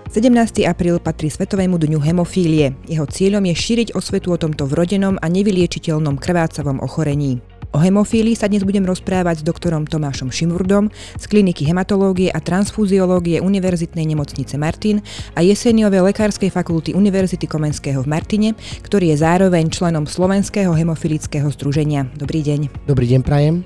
17. apríl patrí Svetovému dňu hemofílie. Jeho cieľom je šíriť osvetu o tomto vrodenom a nevyliečiteľnom krvácavom ochorení. O hemofílii sa dnes budem rozprávať s doktorom Tomášom Šimurdom z kliniky hematológie a transfúziológie Univerzitnej nemocnice Martin a Jeseniovej lekárskej fakulty Univerzity Komenského v Martine, ktorý je zároveň členom Slovenského hemofilického združenia. Dobrý deň. Dobrý deň prajem.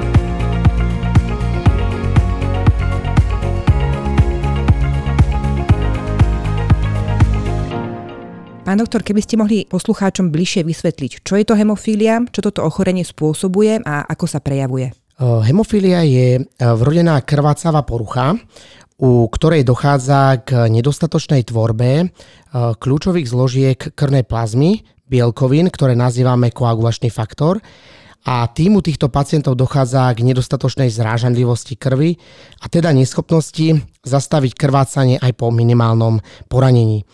Pán doktor, keby ste mohli poslucháčom bližšie vysvetliť, čo je to hemofília, čo toto ochorenie spôsobuje a ako sa prejavuje? Hemofília je vrodená krvácavá porucha, u ktorej dochádza k nedostatočnej tvorbe kľúčových zložiek krvnej plazmy, bielkovín, ktoré nazývame koagulačný faktor. A tým u týchto pacientov dochádza k nedostatočnej zrážanlivosti krvi a teda neschopnosti zastaviť krvácanie aj po minimálnom poranení.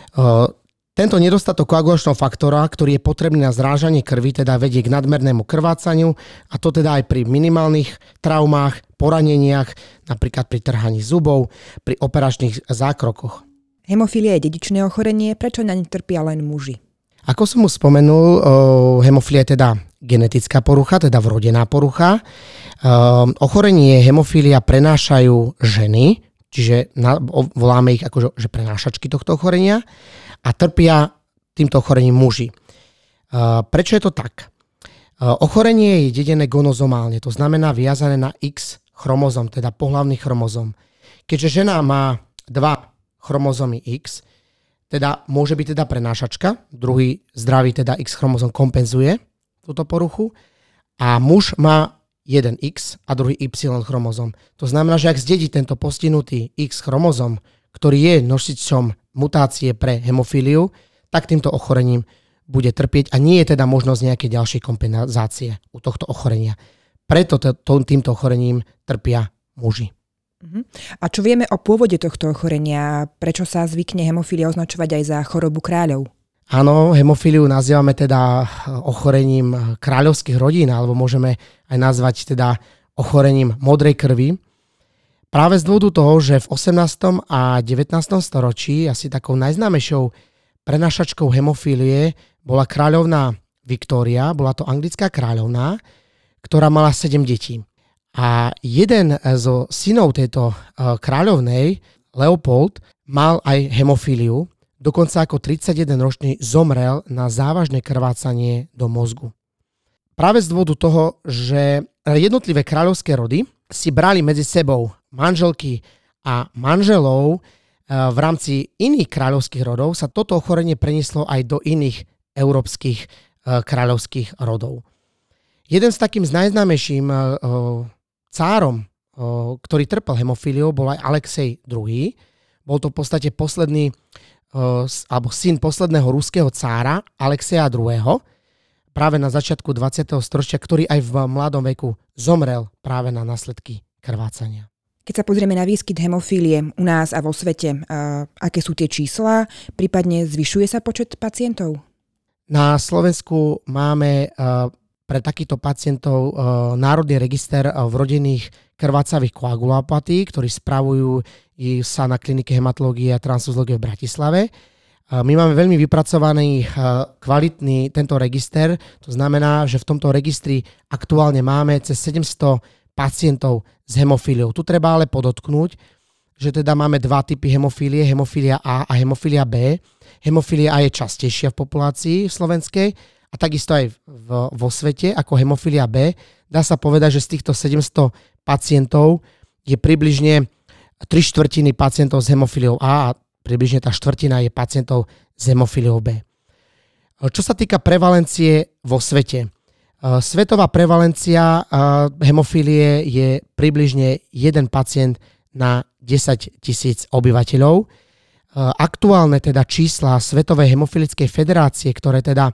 Tento nedostatok koagulačného faktora, ktorý je potrebný na zrážanie krvi, teda vedie k nadmernému krvácaniu a to teda aj pri minimálnych traumách, poraneniach, napríklad pri trhaní zubov, pri operačných zákrokoch. Hemofília je dedičné ochorenie, prečo naň trpia len muži? Ako som už spomenul, hemofília je teda genetická porucha, teda vrodená porucha. Ochorenie hemofília prenášajú ženy, čiže voláme ich ako že prenášačky tohto ochorenia, a trpia týmto ochorením muži. Prečo je to tak? Ochorenie je dedené gonozomálne, to znamená viazané na X chromozom, teda pohlavný chromozom. Keďže žena má 2 chromozomy X, teda môže byť teda prenášačka, druhý zdravý teda X chromozom kompenzuje túto poruchu a muž má jeden X a druhý Y chromozom. To znamená, že ak zdedí tento postihnutý X chromozom, ktorý je nosičom mutácie pre hemofíliu, tak týmto ochorením bude trpieť a nie je teda možnosť nejakej ďalšej kompenzácie u tohto ochorenia. Preto týmto ochorením trpia muži. A čo vieme o pôvode tohto ochorenia? Prečo sa zvykne hemofília označovať aj za chorobu kráľov? Áno, hemofíliu nazývame teda ochorením kráľovských rodín, alebo môžeme aj nazvať teda ochorením modrej krvi. Práve z dôvodu toho, že v 18. a 19. storočí asi takou najznámejšou prenášačkou hemofílie bola kráľovná Viktória, bola to anglická kráľovná, ktorá mala 7 detí. A jeden zo synov tejto kráľovnej, Leopold, mal aj hemofíliu, dokonca ako 31-ročný zomrel na závažné krvácanie do mozgu. Práve z dôvodu toho, že jednotlivé kráľovské rody si brali medzi sebou manželky a manželov v rámci iných kráľovských rodov, sa toto ochorenie prenieslo aj do iných európskych kráľovských rodov. Jeden z takým najznámejším cárom, ktorý trpel hemofíliou, bol aj Alexej II. Bol to v podstate posledný, alebo syn posledného ruského cára Alexeja II. Práve na začiatku 20. storočia, ktorý aj v mladom veku zomrel práve na následky krvácania. Keď sa pozrieme na výskyt hemofílie u nás a vo svete, aké sú tie čísla? Prípadne zvyšuje sa počet pacientov? Na Slovensku máme pre takýchto pacientov Národný register vrodených krvácavých koagulopatí, ktorí spravujú sa na klinike hematológie a transfúziológie v Bratislave. My máme veľmi vypracovaný kvalitný tento register, to znamená, že v tomto registri aktuálne máme cez 700 pacientov s hemofíliou. Tu treba ale podotknúť, že teda máme 2 typy hemofílie, hemofília A a hemofília B. Hemofília A je častejšia v populácii slovenskej a takisto aj vo svete ako hemofília B. Dá sa povedať, že z týchto 700 pacientov je približne 3/4 pacientov s hemofíliou A a približne tá štvrtina je pacientov s hemofíliou B. Čo sa týka prevalencie vo svete, svetová prevalencia hemofílie je približne 1 pacient na 10 000 obyvateľov. Aktuálne teda čísla Svetovej hemofilickej federácie, ktoré teda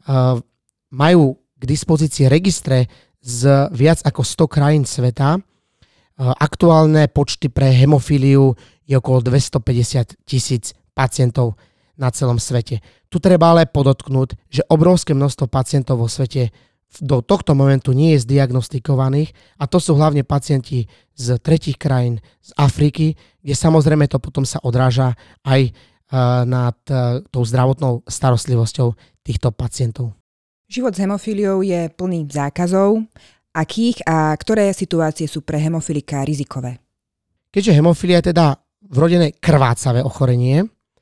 majú k dispozícii registre z viac ako 100 krajín sveta, aktuálne počty pre hemofíliu je okolo 250 000 pacientov na celom svete. Tu treba ale podotknúť, že obrovské množstvo pacientov vo svete do tohto momentu nie je zdiagnostikovaných a to sú hlavne pacienti z tretích krajín, z Afriky, kde samozrejme to potom sa odráža aj nad tou zdravotnou starostlivosťou týchto pacientov. Život s hemofíliou je plný zákazov. Akých a ktoré situácie sú pre hemofilika rizikové? Keďže hemofília je teda vrodené krvácavé ochorenie,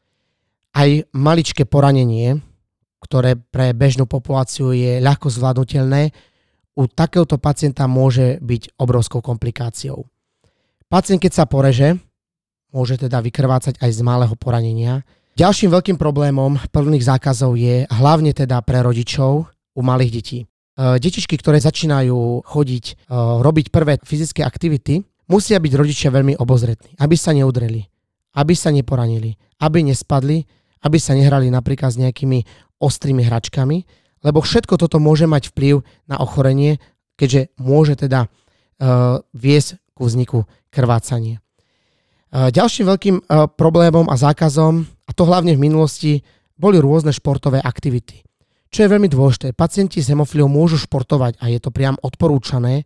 aj maličké poranenie, ktoré pre bežnú populáciu je ľahko zvládnutelné, u takéhoto pacienta môže byť obrovskou komplikáciou. Pacient, keď sa poreže, môže teda vykrvácať aj z malého poranenia. Ďalším veľkým problémom plných zákazov je hlavne teda pre rodičov u malých detí. Detičky, ktoré začínajú chodiť, robiť prvé fyzické aktivity, musia byť rodičia veľmi obozretní, aby sa neudreli, aby sa neporanili, aby nespadli, aby sa nehrali napríklad s nejakými ostrými hračkami, lebo všetko toto môže mať vplyv na ochorenie, keďže môže teda viesť ku vzniku krvácania. Ďalším veľkým problémom a zákazom, a to hlavne v minulosti, boli rôzne športové aktivity. Čo je veľmi dôležité, pacienti s hemofíliou môžu športovať a je to priam odporúčané.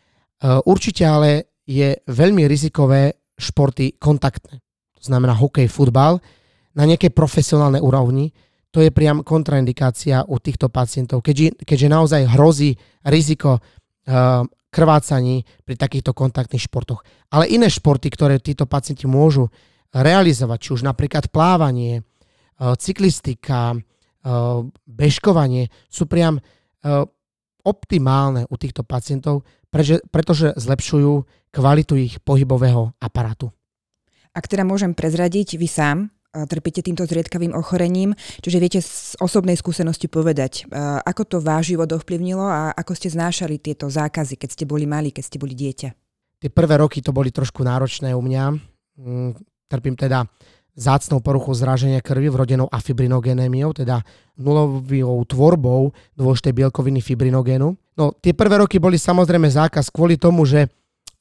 Určite ale je veľmi rizikové športy kontaktné. To znamená hokej, futbal na nejakej profesionálnej úrovni. To je priam kontraindikácia u týchto pacientov, keďže naozaj hrozí riziko krvácaní pri takýchto kontaktných športoch. Ale iné športy, ktoré títo pacienti môžu realizovať, či už napríklad plávanie, cyklistika, bežkovanie, sú priam optimálne u týchto pacientov, pretože zlepšujú kvalitu ich pohybového aparátu. Ak teda môžem prezradiť, vy sám trpíte týmto zriedkavým ochorením, čiže viete z osobnej skúsenosti povedať, ako to váš život ovplyvnilo a ako ste znášali tieto zákazy, keď ste boli malí, keď ste boli dieťa? Tie prvé roky to boli trošku náročné u mňa. Trpím teda vzácnou poruchou zráženia krvi vrodenou afibrinogenémiou, teda nulovou tvorbou dôležitej bielkoviny fibrinogénu. No, tie prvé roky boli samozrejme zákaz kvôli tomu, že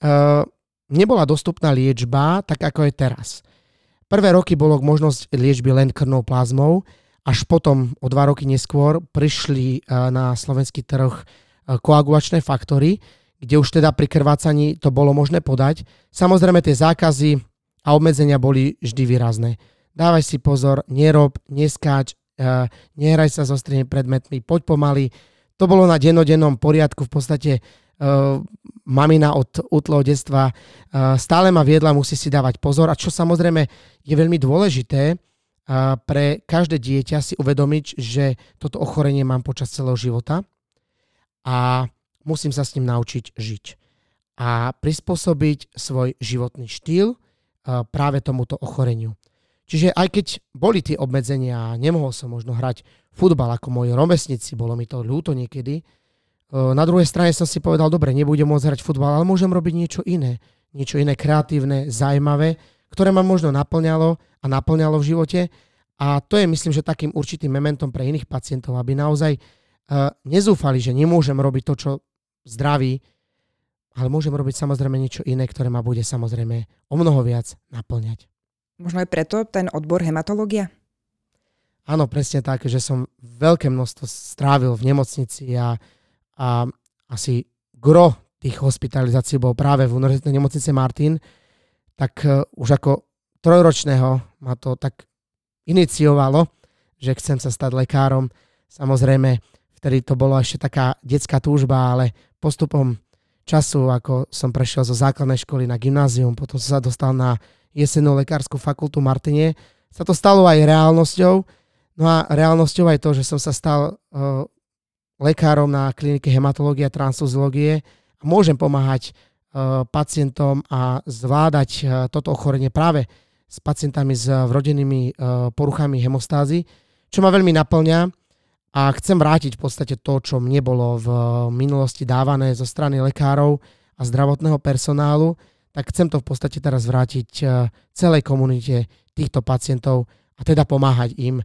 nebola dostupná liečba tak, ako je teraz. Prvé roky bolo možnosť liečby len krvnou plazmou, až potom o 2 roky neskôr prišli na slovenský trh koagulačné faktory, kde už teda pri krvácaní to bolo možné podať. Samozrejme tie zákazy a obmedzenia boli vždy výrazné. Dávaj si pozor, nerob, neskáč, nehraj sa s ostrými predmetmi, poď pomaly. To bolo na dennodennom poriadku, v podstate mamina od útleho detstva stále ma viedla, musí si dávať pozor. A čo samozrejme je veľmi dôležité pre každé dieťa si uvedomiť, že toto ochorenie mám počas celého života a musím sa s ním naučiť žiť. A prispôsobiť svoj životný štýl práve tomuto ochoreniu. Čiže aj keď boli tie obmedzenia a nemohol som možno hrať futbal ako moji rovesníci, bolo mi to ľúto niekedy, na druhej strane som si povedal, dobre, nebudem môcť hrať futbal, ale môžem robiť niečo iné kreatívne, zaujímavé, ktoré ma možno naplňalo v živote. A to je, myslím, že takým určitým mementom pre iných pacientov, aby naozaj nezúfali, že nemôžem robiť to, čo zdraví, ale môžem robiť samozrejme niečo iné, ktoré ma bude samozrejme o mnoho viac naplňať. Možno aj preto ten odbor hematológia? Áno, presne tak, že som veľké množstvo strávil v nemocnici a asi gro tých hospitalizácií bol práve v univerzitnej nemocnici Martin, tak už ako 3-ročného ma to tak iniciovalo, že chcem sa stať lekárom. Samozrejme, vtedy to bolo ešte taká detská túžba, ale postupom času, ako som prešiel zo základnej školy na gymnázium, potom som sa dostal na jesennú lekárskú fakultu v Martine, sa to stalo aj reálnosťou. No a reálnosťou aj to, že som sa stal lekárom na klinike hematológie a transfuziológie a môžem pomáhať pacientom a zvládať toto ochorenie práve s pacientami s vrodenými poruchami hemostázy, čo ma veľmi naplňa a chcem vrátiť v podstate to, čo mne bolo v minulosti dávané zo strany lekárov a zdravotného personálu, tak chcem to v podstate teraz vrátiť celej komunite týchto pacientov a teda pomáhať im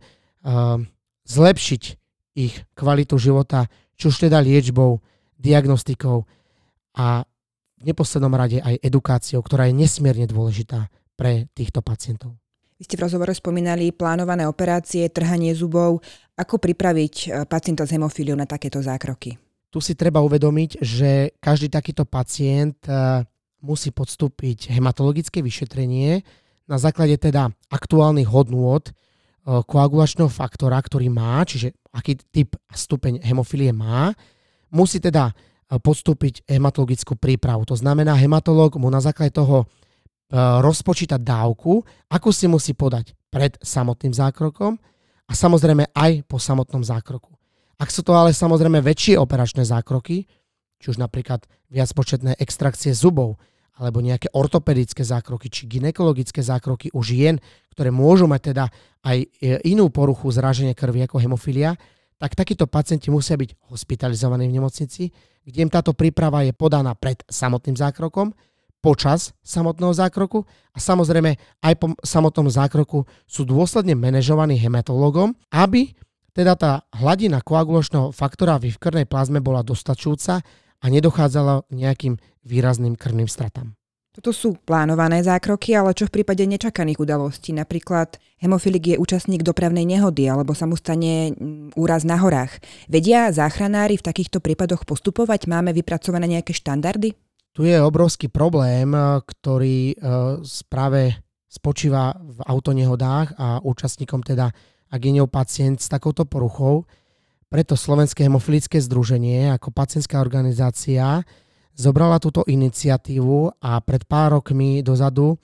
zlepšiť ich kvalitu života, či už teda liečbou, diagnostikou a v neposlednom rade aj edukáciou, ktorá je nesmierne dôležitá pre týchto pacientov. Vy ste v rozhovore spomínali plánované operácie, trhanie zubov. Ako pripraviť pacienta s hemofíliou na takéto zákroky? Tu si treba uvedomiť, že každý takýto pacient musí podstúpiť hematologické vyšetrenie na základe teda aktuálnych hodnôt koagulačného faktora, ktorý má, čiže aký typ a stupeň hemofílie má, musí teda podstúpiť hematologickú prípravu. To znamená, hematológ mu na základe toho rozpočítať dávku, akú si musí podať pred samotným zákrokom a samozrejme aj po samotnom zákroku. Ak sú to ale samozrejme väčšie operačné zákroky, či už napríklad viacpočetné extrakcie zubov, alebo nejaké ortopedické zákroky, či gynekologické zákroky u žien, ktoré môžu mať teda aj inú poruchu zráženia krvi ako hemofilia, tak takíto pacienti musia byť hospitalizovaní v nemocnici, kde im táto príprava je podaná pred samotným zákrokom, počas samotného zákroku a samozrejme aj po samotnom zákroku sú dôsledne manažovaní hematológom, aby teda tá hladina koagulačného faktora v krvnej plazme bola dostačujúca a nedochádzalo k nejakým výrazným krvným stratám. Toto sú plánované zákroky, ale čo v prípade nečakaných udalostí? Napríklad hemofilik je účastník dopravnej nehody alebo sa mu stane úraz na horách. Vedia záchranári v takýchto prípadoch postupovať? Máme vypracované nejaké štandardy? Tu je obrovský problém, ktorý práve spočíva v autonehodách a účastníkom teda, ak je ňou pacient s takouto poruchou. Preto Slovenské hemofilické združenie ako pacientská organizácia zobrala túto iniciatívu a pred pár rokmi dozadu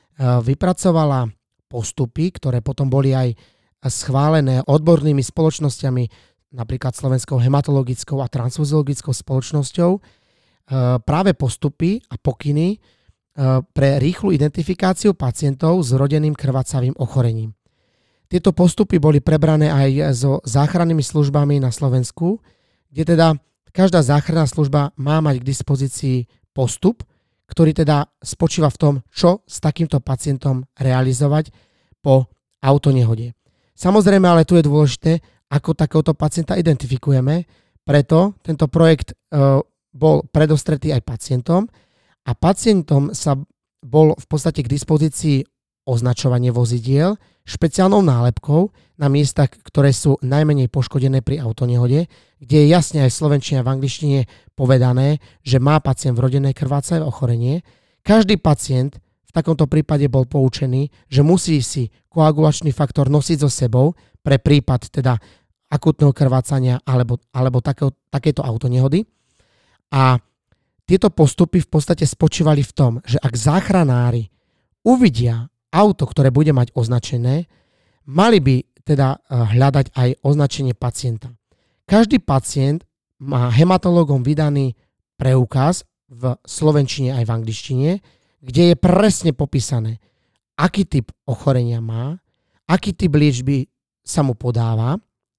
vypracovala postupy, ktoré potom boli aj schválené odbornými spoločnosťami, napríklad Slovenskou hematologickou a transfuziologickou spoločnosťou, práve postupy a pokyny pre rýchlu identifikáciu pacientov s vrodeným krvácavým ochorením. Tieto postupy boli prebrané aj so záchrannými službami na Slovensku, kde teda každá záchranná služba má mať k dispozícii postup, ktorý teda spočíva v tom, čo s takýmto pacientom realizovať po autonehode. Samozrejme, ale tu je dôležité, ako takéhoto pacienta identifikujeme, preto tento projekt bol predostretý aj pacientom a pacientom sa bol v podstate k dispozícii označovanie vozidiel špeciálnou nálepkou na miestach, ktoré sú najmenej poškodené pri autonehode, kde je jasne aj v slovenčine a v angličtine povedané, že má pacient vrodené krvácavé ochorenie. Každý pacient v takomto prípade bol poučený, že musí si koagulačný faktor nosiť so sebou pre prípad teda akútneho krvácania alebo takéto autonehody. A tieto postupy v podstate spočívali v tom, že ak záchranári uvidia auto, ktoré bude mať označené, mali by teda hľadať aj označenie pacienta. Každý pacient má hematológom vydaný preukaz v slovenčine aj v angličtine, kde je presne popísané, aký typ ochorenia má, aký typ liečby sa mu podáva,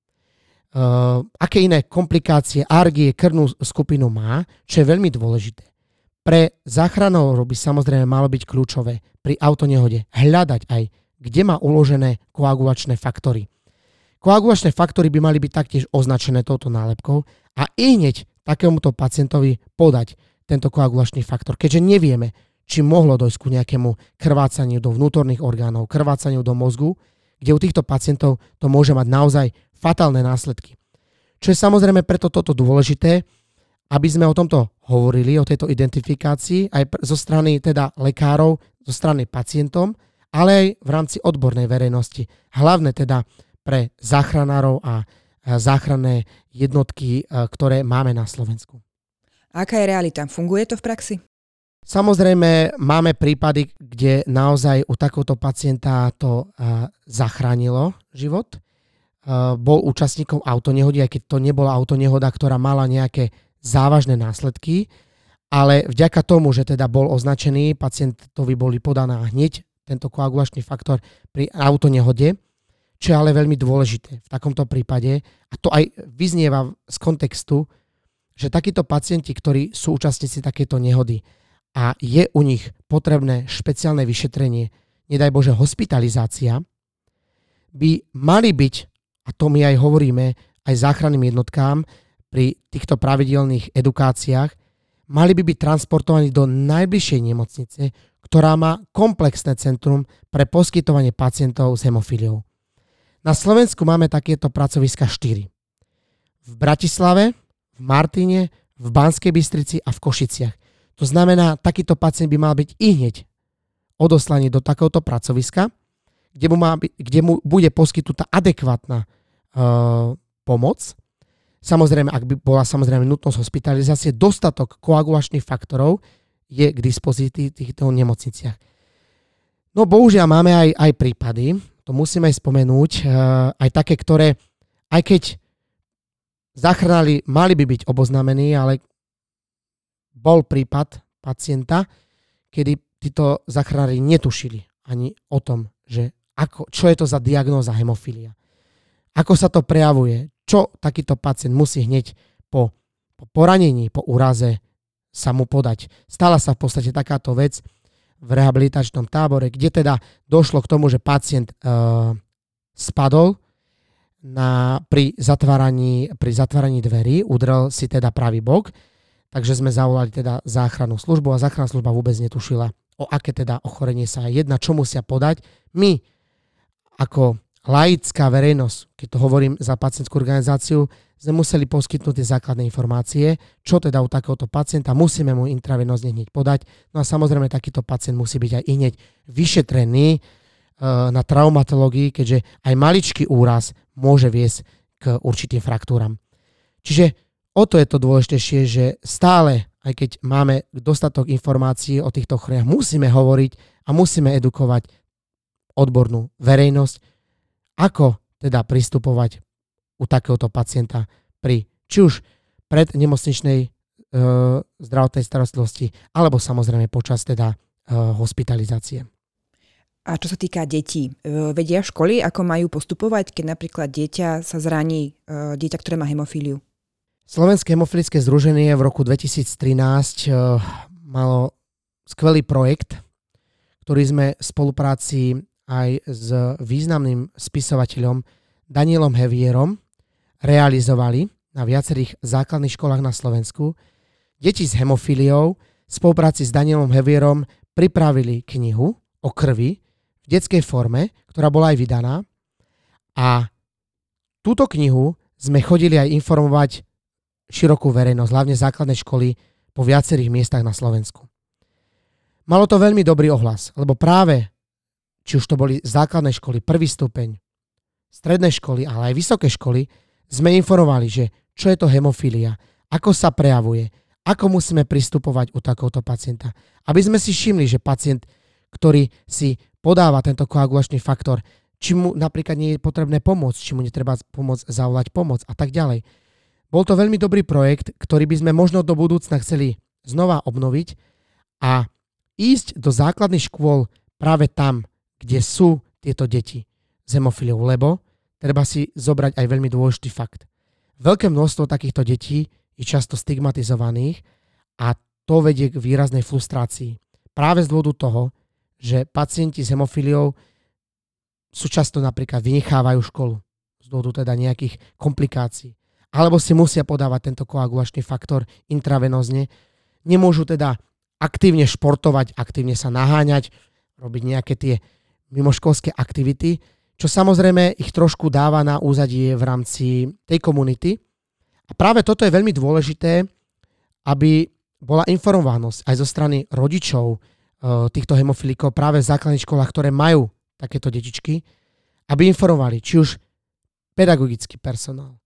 aké iné komplikácie, argie, krvnú skupinu má, čo je veľmi dôležité. Pre záchranárov by samozrejme malo byť kľúčové pri autonehode hľadať aj, kde má uložené koagulačné faktory. Koagulačné faktory by mali byť taktiež označené touto nálepkou a hneď takémuto pacientovi podať tento koagulačný faktor, keďže nevieme, či mohlo dojsť ku nejakému krvácaniu do vnútorných orgánov, krvácaniu do mozgu, kde u týchto pacientov to môže mať naozaj fatálne následky. Čo je samozrejme preto toto dôležité, aby sme o tomto hovorili, o tejto identifikácii aj zo strany teda lekárov, zo strany pacientom, ale aj v rámci odbornej verejnosti. Hlavne teda pre záchranárov a záchranné jednotky, ktoré máme na Slovensku. Aká je realita? Funguje to v praxi? Samozrejme, máme prípady, kde naozaj u takéhoto pacienta to zachránilo život. Bol účastníkom autonehody, aj keď to nebola autonehoda, ktorá mala nejaké závažné následky, ale vďaka tomu, že teda bol označený, pacientovi boli podaná hneď tento koagulačný faktor pri autonehode, čo je ale veľmi dôležité v takomto prípade, a to aj vyznieva z kontextu, že takíto pacienti, ktorí sú účastníci takéto nehody a je u nich potrebné špeciálne vyšetrenie, nedaj Bože hospitalizácia, by mali byť, a to my aj hovoríme aj záchranným jednotkám pri týchto pravidelných edukáciách, mali by byť transportovaní do najbližšej nemocnice, ktorá má komplexné centrum pre poskytovanie pacientov s hemofíliou. Na Slovensku máme takéto pracoviska 4. V Bratislave, v Martine, v Banskej Bystrici a v Košiciach. To znamená, takýto pacient by mal byť ihneď odoslaný do takéhoto pracoviska, kde mu bude poskytnutá adekvátna pomoc. Samozrejme, ak by bola samozrejme nutnosť hospitalizácie, dostatok koagulačných faktorov je k dispozícii v týchto nemocniciach. No bohužiaľ máme aj prípady, to musíme aj spomenúť, aj také, ktoré, aj keď záchranári mali by byť oboznámení, ale bol prípad pacienta, kedy títo záchranári netušili ani o tom, že čo je to za diagnóza hemofília. Ako sa to prejavuje, čo takýto pacient musí hneď po poranení, po úraze sa mu podať. Stala sa v podstate takáto vec v rehabilitačnom tábore, kde teda došlo k tomu, že pacient spadol pri zatváraní dverí, udrel si teda pravý bok, takže sme zavolali teda záchrannú službu a záchranná služba vôbec netušila, o aké teda ochorenie sa jedná, čo musia podať. My ako laická verejnosť, keď to hovorím za pacientskú organizáciu, sme museli poskytnúť tie základné informácie, čo teda u takéhoto pacienta musíme mu intravenózne hneď podať. No a samozrejme takýto pacient musí byť aj hneď vyšetrený na traumatológii, keďže aj maličký úraz môže viesť k určitým fraktúram. Čiže o to je to dôležitejšie, že stále, aj keď máme dostatok informácií o týchto ochoreniach, musíme hovoriť a musíme edukovať odbornú verejnosť, ako teda pristupovať u takéhoto pacienta pri či už prednemocničnej zdravotnej starostlivosti, alebo samozrejme počas teda hospitalizácie. A čo sa týka detí, vedia školy, ako majú postupovať, keď napríklad dieťa sa zraní, dieťa, ktoré má hemofíliu? Slovenské hemofilické združenie v roku 2013 malo skvelý projekt, ktorý sme v spolupráci aj s významným spisovateľom Danielom Hevierom realizovali na viacerých základných školách na Slovensku. Deti s hemofíliou v spolupráci s Danielom Hevierom pripravili knihu o krvi v detskej forme, ktorá bola aj vydaná. A túto knihu sme chodili aj informovať širokú verejnosť, hlavne základné školy po viacerých miestach na Slovensku. Malo to veľmi dobrý ohlas, lebo práve či už to boli základné školy, prvý stupeň, stredné školy, ale aj vysoké školy, sme informovali, že čo je to hemofília, ako sa prejavuje, ako musíme pristupovať u takéhoto pacienta. Aby sme si všimli, že pacient, ktorý si podáva tento koagulačný faktor, či mu napríklad nie je potrebné pomôcť, či mu netreba pomôcť zavolať pomoc a tak ďalej. Bol to veľmi dobrý projekt, ktorý by sme možno do budúcna chceli znova obnoviť a ísť do základných škôl práve tam, kde sú tieto deti s hemofíliou, lebo treba si zobrať aj veľmi dôležitý fakt. Veľké množstvo takýchto detí je často stigmatizovaných a to vedie k výraznej frustrácii. Práve z dôvodu toho, že pacienti s hemofíliou sú často napríklad vynechávajú školu z dôvodu teda nejakých komplikácií. Alebo si musia podávať tento koagulačný faktor intravenózne. Nemôžu teda aktívne športovať, aktívne sa naháňať, robiť nejaké tie mimoškolské aktivity, čo samozrejme ich trošku dáva na úzadie v rámci tej komunity. A práve toto je veľmi dôležité, aby bola informovanosť aj zo strany rodičov týchto hemofilíkov práve v základných školách, ktoré majú takéto detičky, aby informovali či už pedagogický personál,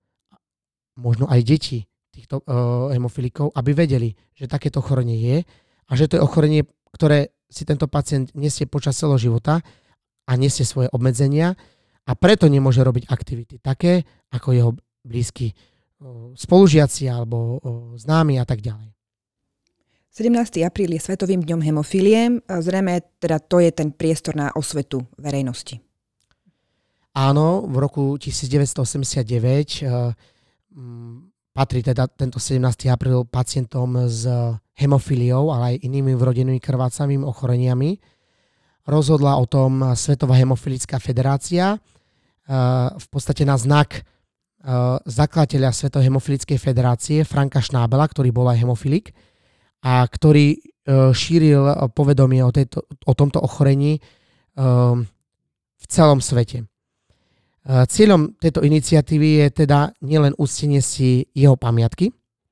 možno aj deti týchto hemofilíkov, aby vedeli, že takéto ochorenie je a že to je ochorenie, ktoré si tento pacient nesie počas celého života a nesie svoje obmedzenia a preto nemôže robiť aktivity také, ako jeho blízky spolužiaci alebo známi a tak ďalej. 17. apríl je Svetovým dňom hemofílie. Zrejme teda to je ten priestor na osvetu verejnosti. Áno, v roku 1989 patrí teda tento 17. apríl pacientom s hemofíliou, ale aj inými vrodenými krvácavými ochoreniami. Rozhodla o tom Svetová hemofilická federácia v podstate na znak zakladateľa Svetovej hemofilickej federácie Franka Schnabela, ktorý bol aj hemofilik a ktorý šíril povedomie o tomto ochorení v celom svete. Cieľom tejto iniciatívy je teda nielen uctenie si jeho pamiatky,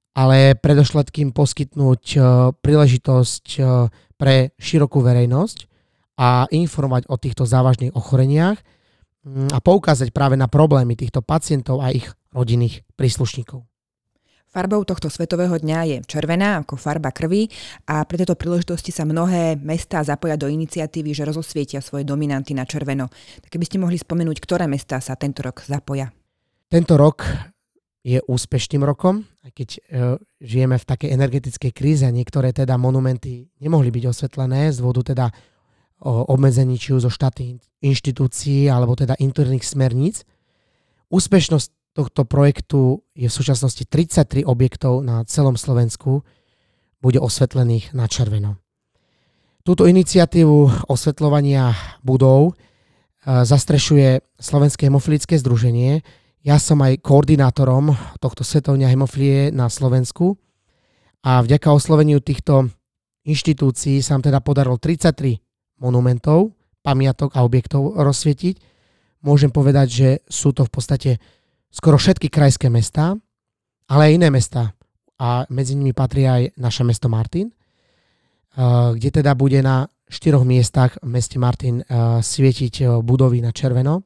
ale predovšetkým poskytnúť príležitosť pre širokú verejnosť a informovať o týchto závažných ochoreniach a poukázať práve na problémy týchto pacientov a ich rodinných príslušníkov. Farbou tohto svetového dňa je červená ako farba krvi a pre tieto príležitosti sa mnohé mestá zapoja do iniciatívy, že rozosvietia svoje dominanty na červeno. Tak keby ste mohli spomenúť, ktoré mestá sa tento rok zapoja? Tento rok je úspešným rokom, aj keď žijeme v takej energetickej kríze. Niektoré teda monumenty nemohli byť osvetlené z dôvodu teda obmedzení či už zo štátnych inštitúcií alebo teda interných smerníc. Úspešnosť tohto projektu je v súčasnosti 33 objektov na celom Slovensku bude osvetlených na červeno. Túto iniciatívu osvetľovania budov zastrešuje Slovenské hemofilické združenie. Ja som aj koordinátorom tohto svetovňa hemofilie na Slovensku a vďaka osloveniu týchto inštitúcií sa nám teda podarilo 33 monumentov, pamiatok a objektov rozsvietiť. Môžem povedať, že sú to v podstate skoro všetky krajské mestá, ale aj iné mestá. A medzi nimi patrí aj naše mesto Martin, kde teda bude na 4 miestach v meste Martin svietiť budovy na červeno.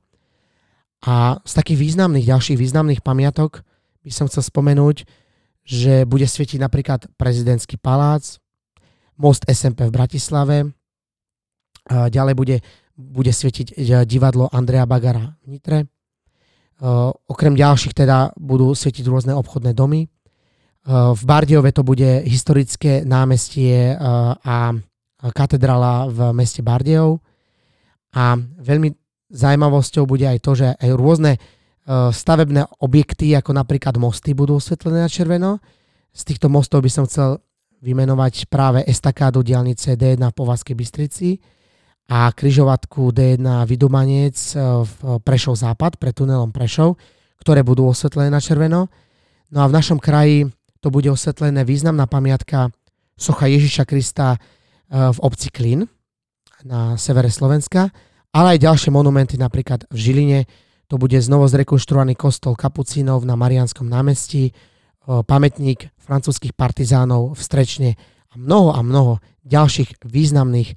A z takých ďalších významných pamiatok by som chcel spomenúť, že bude svietiť napríklad prezidentský palác, most SMP v Bratislave, ďalej bude svietiť divadlo Andreja Bagara v Nitre. Okrem ďalších teda budú svietiť rôzne obchodné domy. V Bardejove to bude historické námestie a katedrála v meste Bardejov. A veľmi zaujímavosťou bude aj to, že aj rôzne stavebné objekty, ako napríklad mosty, budú osvetlené na červeno. Z týchto mostov by som chcel vymenovať práve estakádu diaľnice D1 v Povazkej Bystrici a križovatku D1 Vidumanec v Prešov západ, pred tunelom Prešov, ktoré budú osvetlené na červeno. No a v našom kraji to bude osvetlené významná pamiatka socha Ježiša Krista v obci Klin na severe Slovenska, ale aj ďalšie monumenty, napríklad v Žiline. To bude znovu zrekonštruovaný kostol Kapucínov na Mariánskom námestí, pamätník francúzskych partizánov v Strečne a mnoho ďalších významných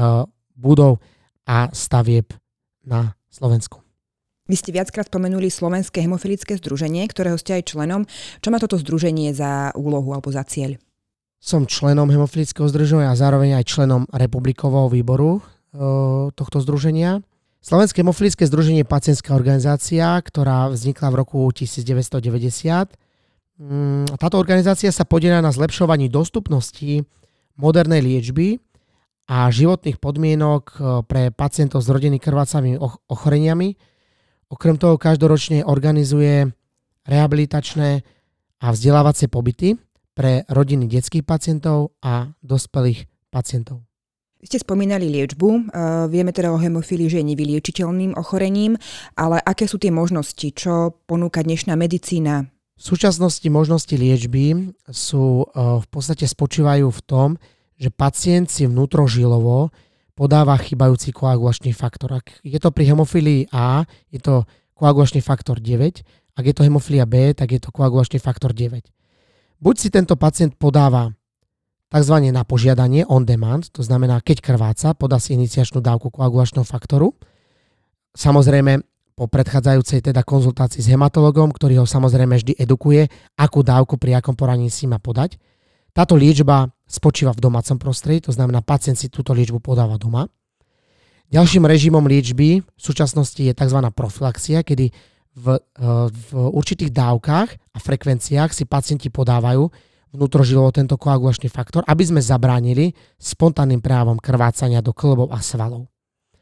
budov a stavieb na Slovensku. Vy ste viackrát spomenuli Slovenské hemofilické združenie, ktorého ste aj členom. Čo má toto združenie za úlohu alebo za cieľ? Som členom hemofilického združenia a zároveň aj členom republikového výboru tohto združenia. Slovenské hemofilické združenie je pacientská organizácia, ktorá vznikla v roku 1990. Táto organizácia sa podieľa na zlepšovaní dostupnosti modernej liečby a životných podmienok pre pacientov s rodennými krvácavými ochoreniami. Okrem toho každoročne organizuje rehabilitačné a vzdelávacie pobyty pre rodiny detských pacientov a dospelých pacientov. Vy ste spomínali liečbu. Vieme teda o hemofílii, že je nevyliečiteľným ochorením, ale aké sú tie možnosti? Čo ponúka dnešná medicína? V súčasnosti možnosti liečby sú v podstate spočívajú v tom, že pacient si vnútrožilovo podáva chýbajúci koagulačný faktor. Ak je to pri hemofílii A, je to koagulačný faktor 9. Ak je to hemofília B, tak je to koagulačný faktor 9. Buď si tento pacient podáva tzv. Na požiadanie, on demand, to znamená, keď krváca, podá si iniciačnú dávku koagulačného faktoru. Samozrejme, po predchádzajúcej teda konzultácii s hematologom, ktorý ho samozrejme vždy edukuje, akú dávku pri akom poraní si má podať. Táto liečba spočíva v domácom prostredí, to znamená, pacient si túto liečbu podáva doma. Ďalším režimom liečby v súčasnosti je tzv. Profilaxia, kedy v určitých dávkach a frekvenciách si pacienti podávajú vnútrožilovo tento koagulačný faktor, aby sme zabránili spontánnym prejavom krvácania do kĺbov a svalov.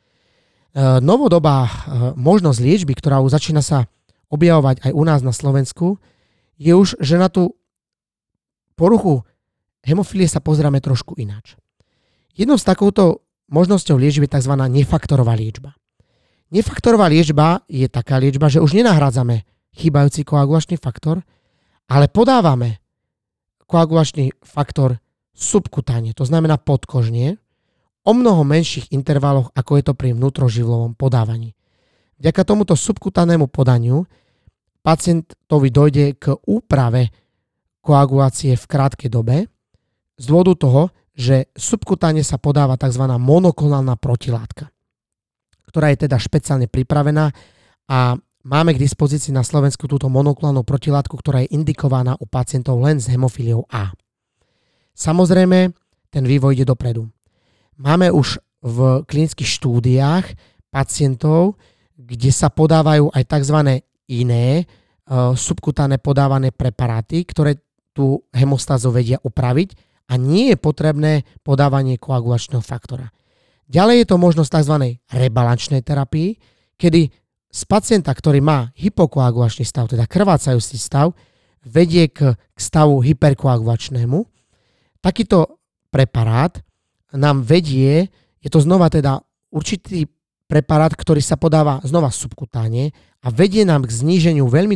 Novodobá možnosť liečby, ktorá už začína sa objavovať aj u nás na Slovensku, je už, že na tú poruchu hemofílie sa pozeráme trošku ináč. Jednou z takouto možnosťou liečby je tzv. Nefaktorová liečba. Nefaktorová liečba je taká liečba, že už nenahrádzame chýbajúci koagulačný faktor, ale podávame koagulačný faktor subkutáne, to znamená podkožne, o mnoho menších intervaloch, ako je to pri vnútrožilovom podávaní. Vďaka tomuto subkutánnemu podaniu pacientovi dojde k úprave koagulácie v krátkej dobe z dôvodu toho, že subkutáne sa podáva tzv. Monoklonálna protilátka, ktorá je teda špeciálne pripravená a máme k dispozícii na Slovensku túto monoklonálnu protilátku, ktorá je indikovaná u pacientov len s hemofíliou A. Samozrejme, ten vývoj ide dopredu. Máme už v klinických štúdiách pacientov, kde sa podávajú aj tzv. Iné subkutáne podávané preparáty, ktoré tú hemostázu vedia upraviť a nie je potrebné podávanie koagulačného faktora. Ďalej je to možnosť tzv. Rebalančnej terapii, kedy z pacienta, ktorý má hypokoagulačný stav, teda krvácajúci stav, vedie k stavu hyperkoagulačnému. Takýto preparát nám vedie, je to znova teda určitý preparát, ktorý sa podáva znova subkutáne a vedie nám k zníženiu veľmi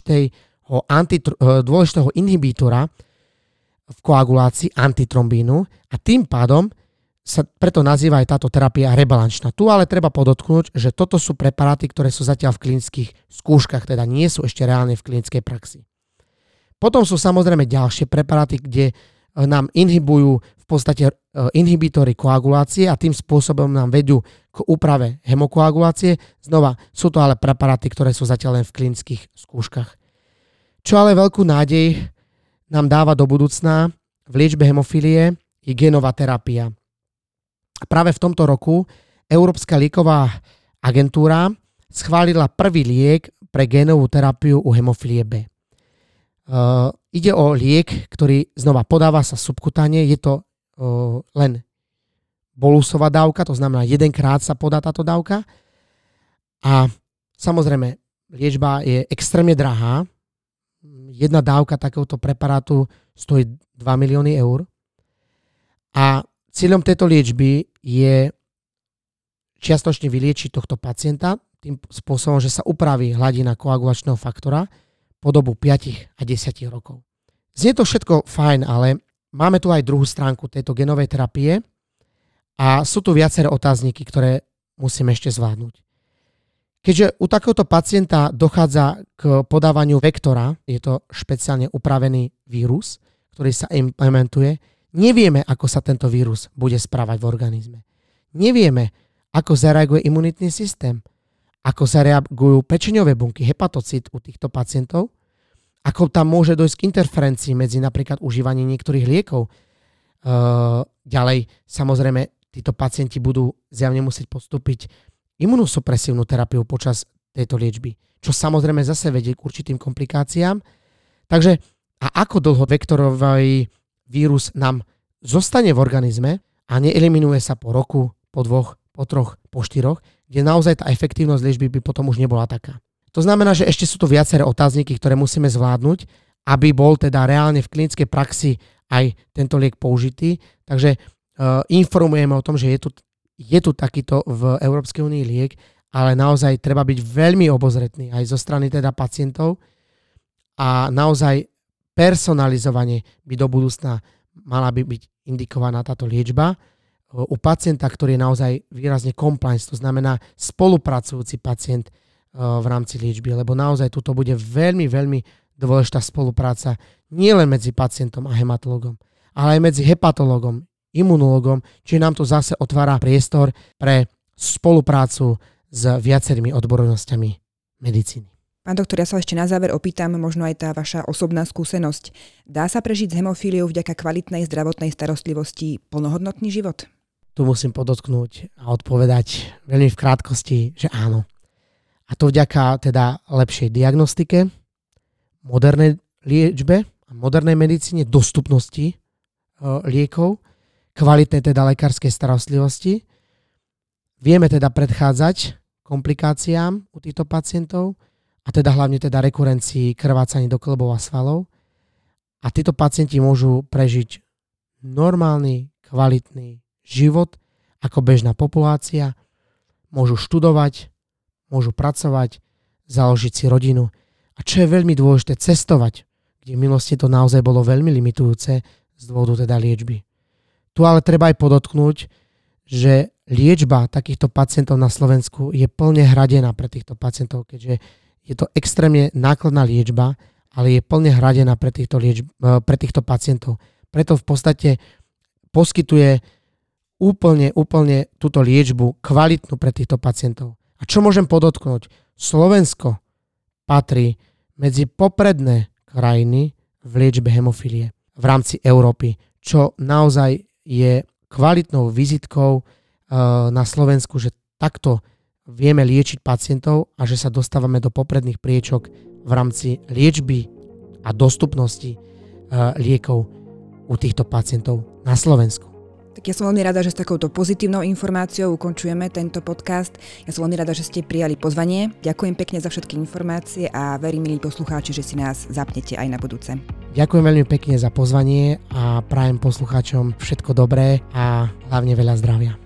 dôležitého inhibítora v koagulácii antitrombínu a tým pádom sa preto nazýva aj táto terapia rebalančná. Tu ale treba podotknúť, že toto sú preparáty, ktoré sú zatiaľ v klinických skúškach, teda nie sú ešte reálne v klinickej praxi. Potom sú samozrejme ďalšie preparáty, kde nám inhibujú v podstate inhibítory koagulácie a tým spôsobom nám vedú k úprave hemokoagulácie. Znova sú to ale preparáty, ktoré sú zatiaľ len v klinických skúškach. Čo ale veľkú nádej nám dáva do budúcna v liečbe hemofílie je génová terapia. A práve v tomto roku Európska lieková agentúra schválila prvý liek pre génovú terapiu u hemofílie B. Ide o liek, ktorý znova podáva sa subkutáne, je to len bolusová dávka, to znamená jedenkrát sa podá táto dávka a samozrejme liečba je extrémne drahá. Jedna dávka takéhoto preparátu stojí 2 milióny eur a cieľom tejto liečby je čiastočne vyliečiť tohto pacienta tým spôsobom, že sa upraví hladina koagulačného faktora po dobu 5 a 10 rokov. Znie to všetko fajn, ale máme tu aj druhú stránku tejto genovej terapie a sú tu viaceré otázniky, ktoré musíme ešte zvládnuť. Keďže u takéhoto pacienta dochádza k podávaniu vektora, je to špeciálne upravený vírus, ktorý sa implementuje, nevieme, ako sa tento vírus bude správať v organizme. Nevieme, ako zareaguje imunitný systém, ako zareagujú pečeňové bunky, hepatocít u týchto pacientov, ako tam môže dojsť k interferencii medzi napríklad užívaním niektorých liekov. Ďalej, samozrejme, títo pacienti budú zjavne musieť podstúpiť imunosupresívnu terapiu počas tejto liečby, čo samozrejme zase vedie k určitým komplikáciám. Takže a ako dlho vektorový vírus nám zostane v organizme a neeliminuje sa po roku, po 2, po 3, po 4, kde naozaj tá efektívnosť liečby by potom už nebola taká. To znamená, že ešte sú tu viaceré otázniky, ktoré musíme zvládnuť, aby bol teda reálne v klinickej praxi aj tento liek použitý. Takže informujeme o tom, že je tu takýto v Európskej únii liek, ale naozaj treba byť veľmi obozretný aj zo strany teda pacientov a naozaj personalizovane by do budúcna mala by byť indikovaná táto liečba u pacienta, ktorý je naozaj výrazne compliance, to znamená spolupracujúci pacient v rámci liečby, lebo naozaj tuto bude veľmi, veľmi dôležitá spolupráca nielen medzi pacientom a hematologom, ale aj medzi hepatologom, imunologom, čiže nám to zase otvára priestor pre spoluprácu s viacerými odbornosťami medicíny. Pán doktor, ja sa ešte na záver opýtam, možno aj tá vaša osobná skúsenosť. Dá sa prežiť s hemofíliou vďaka kvalitnej zdravotnej starostlivosti plnohodnotný život? Tu musím podotknúť a odpovedať veľmi v krátkosti, že áno. A to vďaka teda lepšej diagnostike, modernej liečbe a modernej medicíne, dostupnosti liekov, kvalitnej teda lekárskej starostlivosti. Vieme teda predchádzať komplikáciám u týchto pacientov a teda hlavne teda rekurencii krvácaní do kĺbov a svalov. A títo pacienti môžu prežiť normálny, kvalitný život ako bežná populácia, môžu študovať, môžu pracovať, založiť si rodinu. A čo je veľmi dôležité, cestovať, kde v minulosti to naozaj bolo veľmi limitujúce z dôvodu teda liečby. Tu ale treba aj podotknúť, že liečba takýchto pacientov na Slovensku je plne hradená pre týchto pacientov, keďže je to extrémne nákladná liečba ale je plne hradená pre týchto pacientov. Preto v podstate poskytuje úplne túto liečbu kvalitnú pre týchto pacientov. A čo môžem podotknúť? Slovensko patrí medzi popredné krajiny v liečbe hemofílie v rámci Európy, čo naozaj je kvalitnou vizitkou na Slovensku, že takto vieme liečiť pacientov a že sa dostávame do popredných priečok v rámci liečby a dostupnosti liekov u týchto pacientov na Slovensku. Tak ja som veľmi rada, že s takouto pozitívnou informáciou ukončujeme tento podcast. Ja som veľmi rada, že ste prijali pozvanie. Ďakujem pekne za všetky informácie a verím, milí poslucháči, že si nás zapnete aj na budúce. Ďakujem veľmi pekne za pozvanie a prajem poslucháčom všetko dobré a hlavne veľa zdravia.